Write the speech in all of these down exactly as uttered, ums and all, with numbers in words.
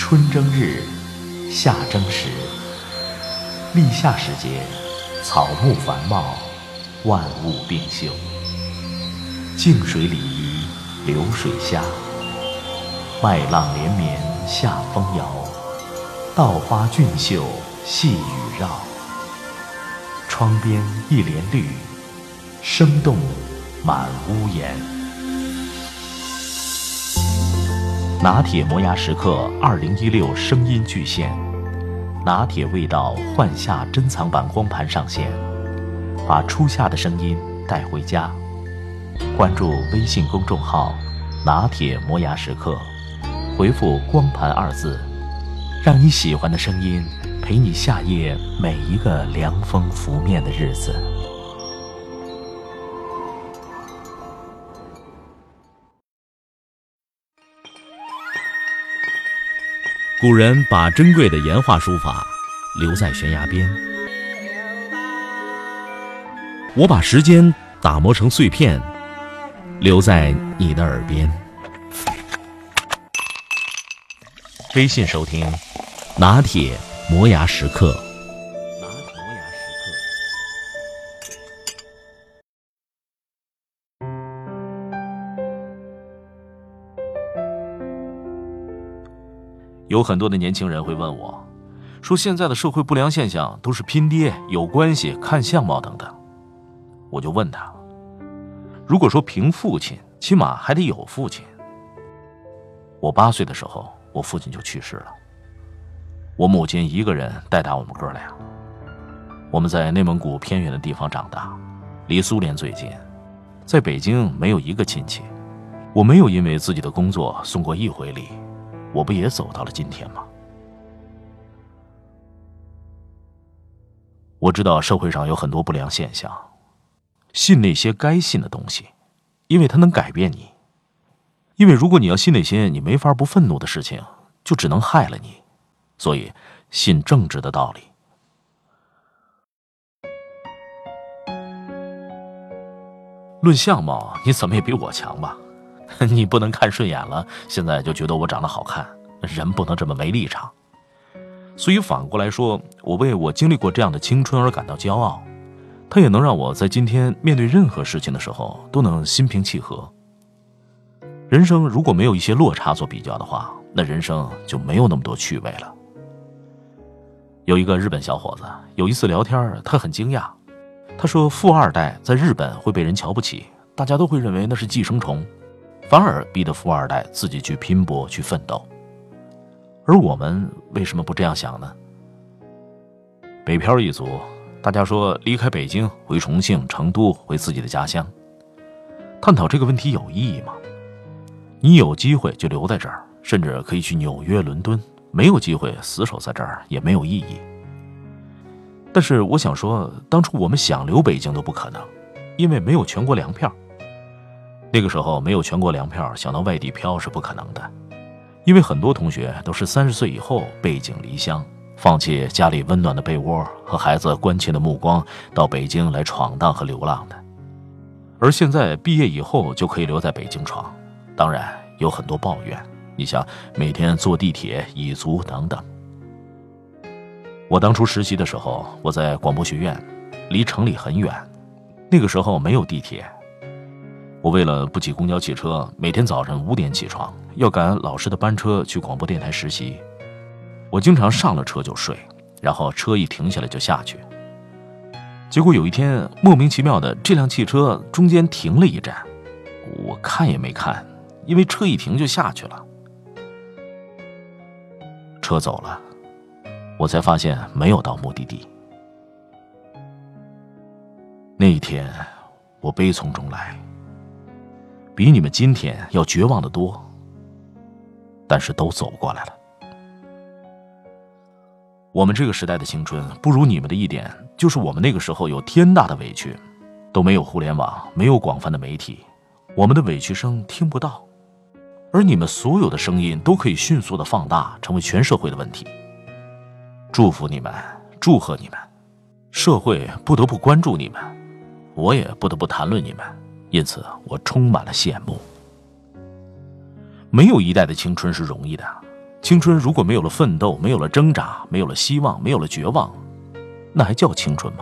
春争日，夏争时。立夏时节，草木繁茂，万物并秀。静水鲤鱼，流水虾。麦浪连绵，夏风摇。稻花俊秀，细雨绕。窗边一帘绿，生动满屋檐。拿铁磨牙时刻二零一六声音巨献，拿铁味道换夏珍藏版光盘上线，把初夏的声音带回家。关注微信公众号拿铁磨牙时刻，回复光盘二字，让你喜欢的声音陪你夏夜每一个凉风拂面的日子。古人把珍贵的岩画书法留在悬崖边，我把时间打磨成碎片，留在你的耳边。微信收听拿铁磨牙时刻。有很多的年轻人会问我，说现在的社会不良现象都是拼爹、有关系、看相貌等等。我就问他，如果说凭父亲，起码还得有父亲。我八岁的时候，我父亲就去世了。我母亲一个人带大我们哥俩。我们在内蒙古偏远的地方长大，离苏联最近，在北京没有一个亲戚。我没有因为自己的工作送过一回礼，我不也走到了今天吗？我知道社会上有很多不良现象，信那些该信的东西，因为它能改变你。因为如果你要信那些你没法不愤怒的事情，就只能害了你。所以信正直的道理。论相貌，你怎么也比我强吧？你不能看顺眼了，现在就觉得我长得好看，人不能这么没立场。所以反过来说，我为我经历过这样的青春而感到骄傲，它也能让我在今天面对任何事情的时候都能心平气和。人生如果没有一些落差做比较的话，那人生就没有那么多趣味了。有一个日本小伙子，有一次聊天，他很惊讶，他说富二代在日本会被人瞧不起，大家都会认为那是寄生虫，反而逼得富二代自己去拼搏去奋斗。而我们为什么不这样想呢？北漂一族，大家说离开北京回重庆、成都，回自己的家乡。探讨这个问题有意义吗？你有机会就留在这儿，甚至可以去纽约、伦敦，没有机会死守在这儿也没有意义。但是我想说，当初我们想留北京都不可能，因为没有全国粮票。那个时候没有全国粮票，想到外地漂是不可能的，因为很多同学都是三十岁以后背井离乡，放弃家里温暖的被窝和孩子关切的目光，到北京来闯荡和流浪的。而现在毕业以后就可以留在北京闯，当然有很多抱怨，你像每天坐地铁、蚁族等等。我当初实习的时候，我在广播学院，离城里很远，那个时候没有地铁。我为了不挤公交汽车，每天早上五点起床，要赶老师的班车去广播电台实习。我经常上了车就睡，然后车一停下来就下去。结果有一天莫名其妙的，这辆汽车中间停了一站，我看也没看，因为车一停就下去了。车走了，我才发现没有到目的地。那一天我悲从中来，比你们今天要绝望得多，但是都走过来了。我们这个时代的青春不如你们的一点，就是我们那个时候有天大的委屈，都没有互联网，没有广泛的媒体，我们的委屈声听不到，而你们所有的声音都可以迅速的放大，成为全社会的问题。祝福你们，祝贺你们，社会不得不关注你们，我也不得不谈论你们，因此我充满了羡慕。没有一代的青春是容易的， 青春如果没有了奋斗，没有了挣扎，没有了希望，没有了绝望，那还叫青春吗？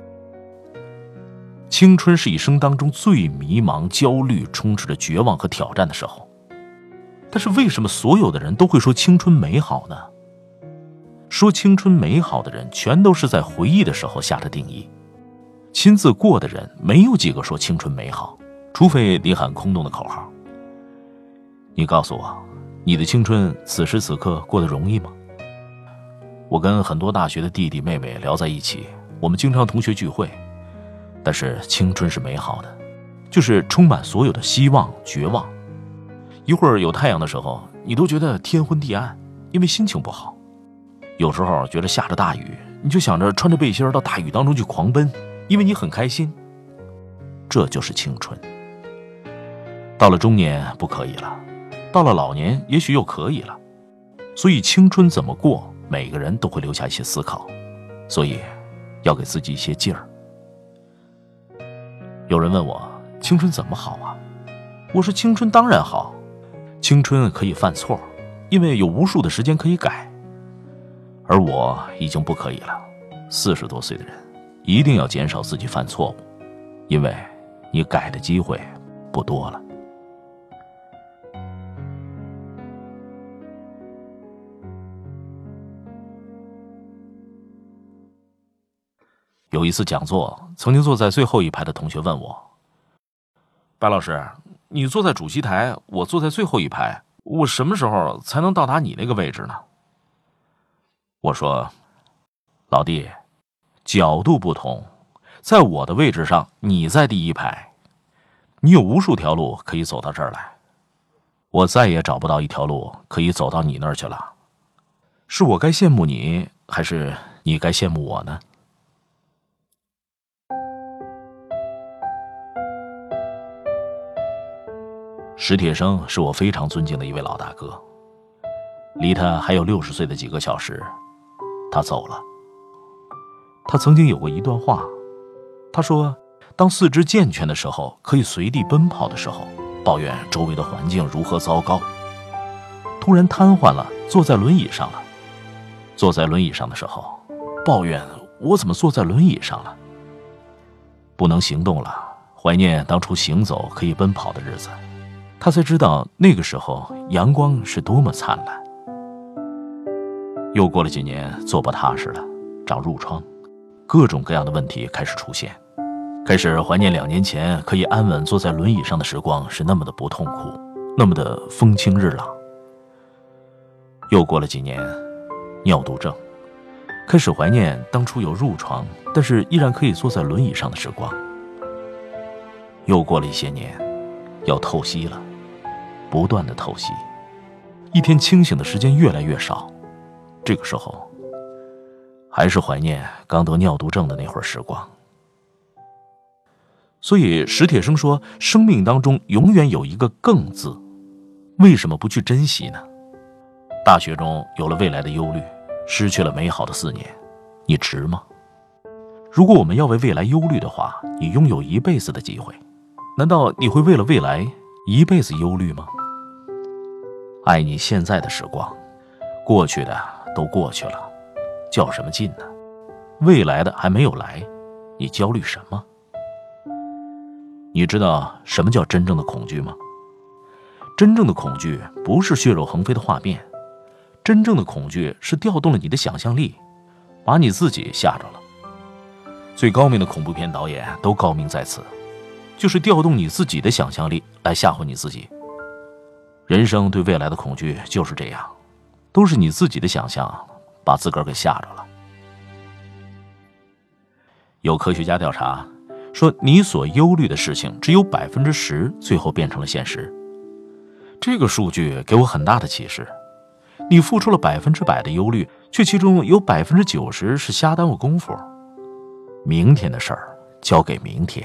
青春是一生当中最迷茫、焦虑、充斥着绝望和挑战的时候。但是为什么所有的人都会说青春美好呢？说青春美好的人全都是在回忆的时候下的定义，亲自过的人没有几个说青春美好，除非你喊空洞的口号。你告诉我，你的青春此时此刻过得容易吗？我跟很多大学的弟弟妹妹聊在一起，我们经常同学聚会，但是青春是美好的，就是充满所有的希望、绝望。一会儿有太阳的时候，你都觉得天昏地暗，因为心情不好。有时候觉得下着大雨，你就想着穿着背心到大雨当中去狂奔，因为你很开心。这就是青春。到了中年不可以了，到了老年也许又可以了。所以青春怎么过，每个人都会留下一些思考，所以要给自己一些劲儿。有人问我，青春怎么好啊？我说青春当然好，青春可以犯错，因为有无数的时间可以改。而我已经不可以了，四十多岁的人一定要减少自己犯错误，因为你改的机会不多了。有一次讲座，曾经坐在最后一排的同学问我，白老师，你坐在主席台，我坐在最后一排，我什么时候才能到达你那个位置呢？我说，老弟，角度不同，在我的位置上，你在第一排，你有无数条路可以走到这儿来，我再也找不到一条路可以走到你那儿去了。是我该羡慕你，还是你该羡慕我呢？史铁生是我非常尊敬的一位老大哥，离他还有六十岁的几个小时，他走了。他曾经有过一段话，他说，当四肢健全的时候，可以随地奔跑的时候，抱怨周围的环境如何糟糕；突然瘫痪了，坐在轮椅上了，坐在轮椅上的时候，抱怨我怎么坐在轮椅上了；不能行动了，怀念当初行走可以奔跑的日子。他才知道那个时候阳光是多么灿烂。又过了几年，坐不踏实了，长褥疮，各种各样的问题开始出现，开始怀念两年前可以安稳坐在轮椅上的时光是那么的不痛苦，那么的风清日朗。又过了几年，尿毒症，开始怀念当初有褥疮，但是依然可以坐在轮椅上的时光。又过了一些年，要透析了，不断的透析，一天清醒的时间越来越少，这个时候还是怀念刚得尿毒症的那会儿时光。所以史铁生说，生命当中永远有一个更字，为什么不去珍惜呢？大学中有了未来的忧虑，失去了美好的四年，你值吗？如果我们要为未来忧虑的话，你拥有一辈子的机会，难道你会为了未来一辈子忧虑吗？爱你现在的时光，过去的都过去了，较什么劲呢？未来的还没有来，你焦虑什么？你知道什么叫真正的恐惧吗？真正的恐惧不是血肉横飞的画面，真正的恐惧是调动了你的想象力，把你自己吓着了。最高明的恐怖片导演都高明在此，就是调动你自己的想象力来吓唬你自己。人生对未来的恐惧就是这样，都是你自己的想象把自个儿给吓着了。有科学家调查说，你所忧虑的事情只有百分之十最后变成了现实。这个数据给我很大的启示。你付出了百分之百的忧虑，却其中有百分之九十是瞎耽误功夫。明天的事儿交给明天。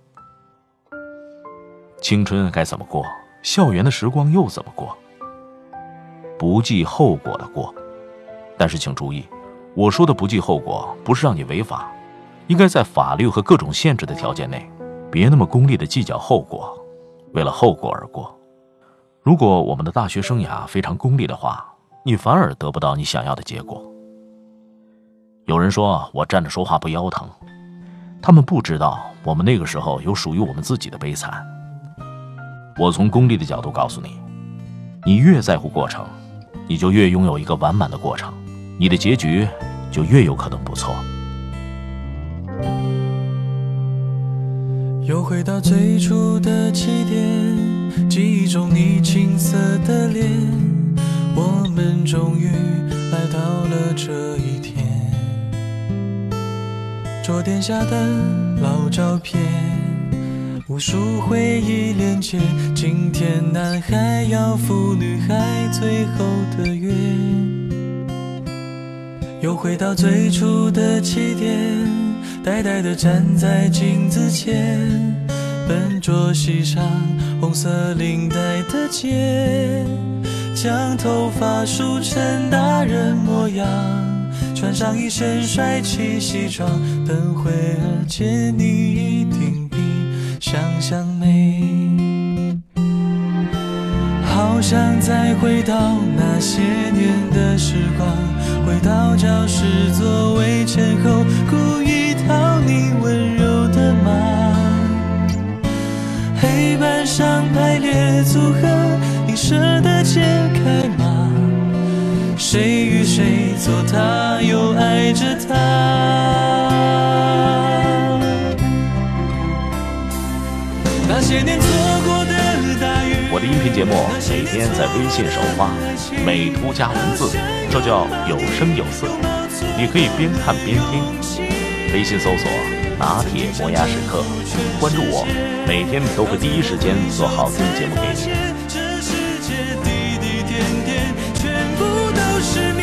青春该怎么过？校园的时光又怎么过？不计后果的过。但是请注意，我说的不计后果不是让你违法，应该在法律和各种限制的条件内，别那么功利的计较后果，为了后果而过。如果我们的大学生涯非常功利的话， 你反而得不到你想要的结果。有人说我站着说话不腰疼，他们不知道我们那个时候有属于我们自己的悲惨。我从功利的角度告诉你，你越在乎过程，你就越拥有一个完满的过程，你的结局就越有可能不错。 又回到最初的起点，记忆中你青涩的脸，我们终于来到了这一天。桌垫下的老照片，无数回忆连接，今天男孩要赴女孩最后的约。又回到最初的起点，呆呆地站在镜子前，笨拙系上红色领带的结，将头发梳成大人模样，穿上一身帅气西装，等会儿见你一定比想象美。好想再回到那些年的时光，回到教室座位前后，故意讨你温柔的骂，黑板上排列组合，你舍得解开吗？谁与谁做他，又爱着他。那些年错过的大雨， 我的音频节目每天在微信首发，美图加文字，这叫有声有色。你可以边看边听，微信搜索拿铁磨牙时刻，关注我，每天都会第一时间做好听的节目给你。 这世界滴滴点点全部都是你。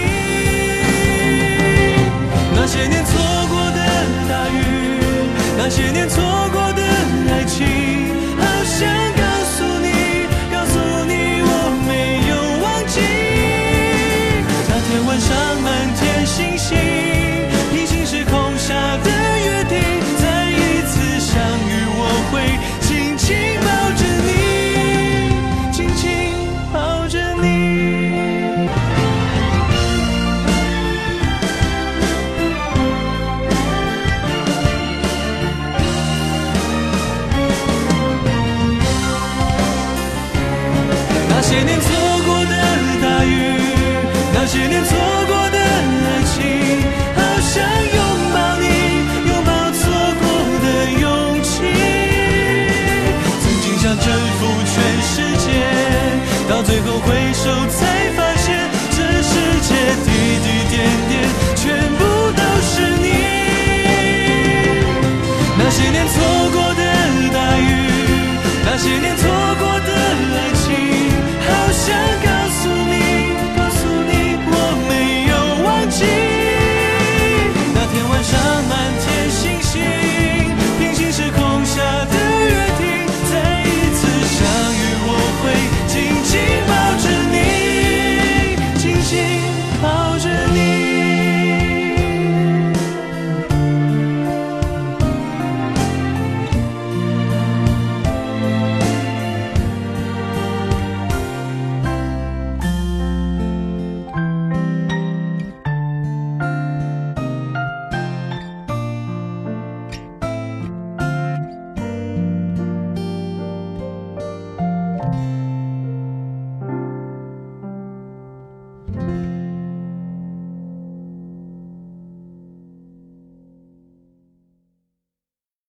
那些年错过的大雨，那些年错过的爱情，好想告诉你，告诉你我没有忘记。那天晚上满天星星，平行时空下的约定，再一次相遇我会紧紧抱着你，紧紧抱着你。那些年错过的大雨，那些年错过的爱情，好想拥抱你，拥抱错过的勇气。曾经想征服全世界，到最后回首才